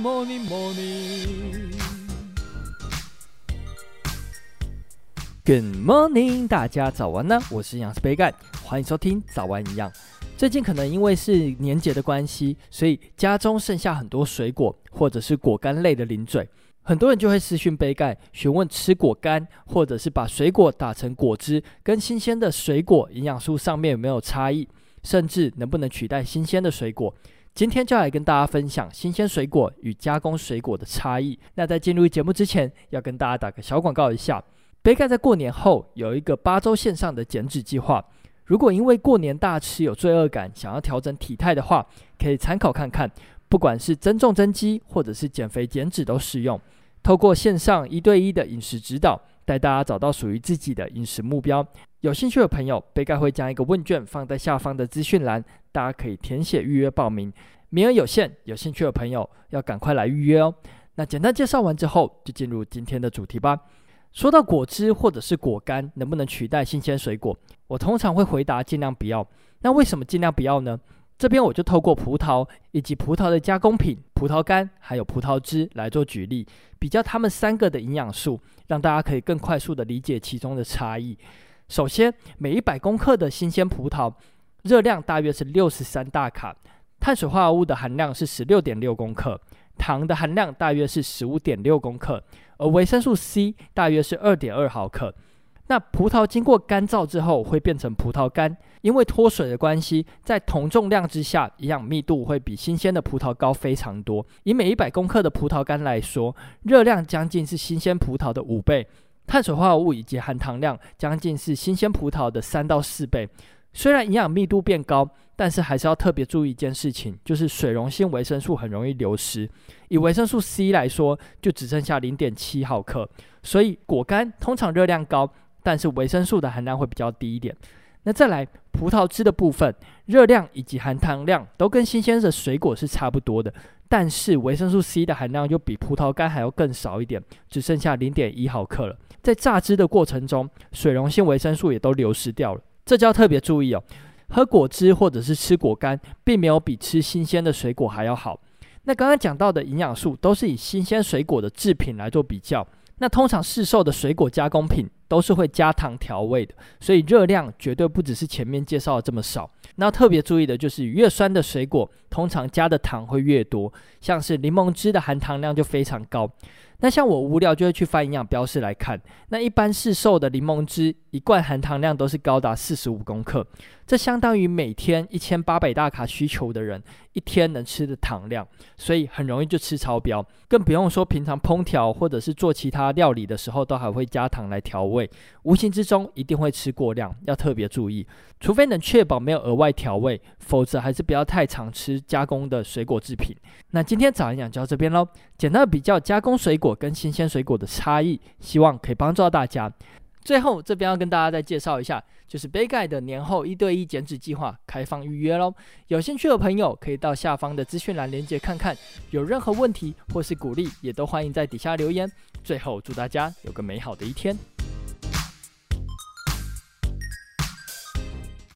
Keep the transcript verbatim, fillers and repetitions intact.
morning morning Good morning， 大家早安呢！我是营养师杯盖，欢迎收听早安营养。最近可能因为是年节的关系，所以家中剩下很多水果或者是果干类的零嘴，很多人就会私讯杯盖询问吃果干或者是把水果打成果汁跟新鲜的水果营养素上面有没有差异，甚至能不能取代新鲜的水果。今天就来跟大家分享新鲜水果与加工水果的差异。那在进入节目之前，要跟大家打个小广告一下，杯盖在过年后有一个八周线上的减脂计划，如果因为过年大吃有罪恶感，想要调整体态的话，可以参考看看，不管是增重增肌或者是减肥减脂都适用。透过线上一对一的饮食指导，带大家找到属于自己的饮食目标。有兴趣的朋友，杯盖会将一个问卷放在下方的资讯栏，大家可以填写预约报名，名额有限，有兴趣的朋友要赶快来预约哦。那简单介绍完之后，就进入今天的主题吧。说到果汁或者是果干能不能取代新鲜水果，我通常会回答尽量不要。那为什么尽量不要呢？这边我就透过葡萄以及葡萄的加工品、葡萄干还有葡萄汁来做举例，比较它们三个的营养素，让大家可以更快速的理解其中的差异。首先，每一百公克的新鲜葡萄热量大约是六十三大卡，碳水化合物的含量是 十六点六公克，糖的含量大约是 十五点六公克，而维生素 C 大约是 二点二毫克。那葡萄经过干燥之后会变成葡萄干，因为脱水的关系，在同重量之下，营养密度会比新鲜的葡萄高非常多。以每一百公克的葡萄干来说，热量将近是新鲜葡萄的五倍，碳水化合物以及含糖量将近是新鲜葡萄的三到四倍。虽然营养密度变高，但是还是要特别注意一件事情，就是水溶性维生素很容易流失。以维生素 C 来说，就只剩下 零点七毫克，所以果干通常热量高，但是维生素的含量会比较低一点。那再来葡萄汁的部分，热量以及含糖量都跟新鲜的水果是差不多的，但是维生素 C 的含量就比葡萄干还要更少一点，只剩下 零点一毫克了。在榨汁的过程中，水溶性维生素也都流失掉了，这就要特别注意哦。喝果汁或者是吃果干，并没有比吃新鲜的水果还要好。那刚刚讲到的营养素都是以新鲜水果的制品来做比较，那通常市售的水果加工品都是会加糖调味的，所以热量绝对不只是前面介绍的这么少。那特别注意的就是越酸的水果通常加的糖会越多，像是柠檬汁的含糖量就非常高。那像我无聊就会去翻营养标示来看，那一般市售的柠檬汁一罐含糖量都是高达四十五公克，这相当于每天一千八百大卡需求的人一天能吃的糖量，所以很容易就吃超标，更不用说平常烹调或者是做其他料理的时候都还会加糖来调味，无形之中一定会吃过量，要特别注意。除非能确保没有额外调味，否则还是不要太常吃加工的水果制品。那今天早安营养就到这边咯，简单的比较加工水果跟新鲜水果的差异，希望可以帮助到大家。最后这边要跟大家再介绍一下，就是杯盖的年后一对一减脂计划开放预约咯，有兴趣的朋友可以到下方的资讯栏连结看看，有任何问题或是鼓励也都欢迎在底下留言。最后祝大家有个美好的一天。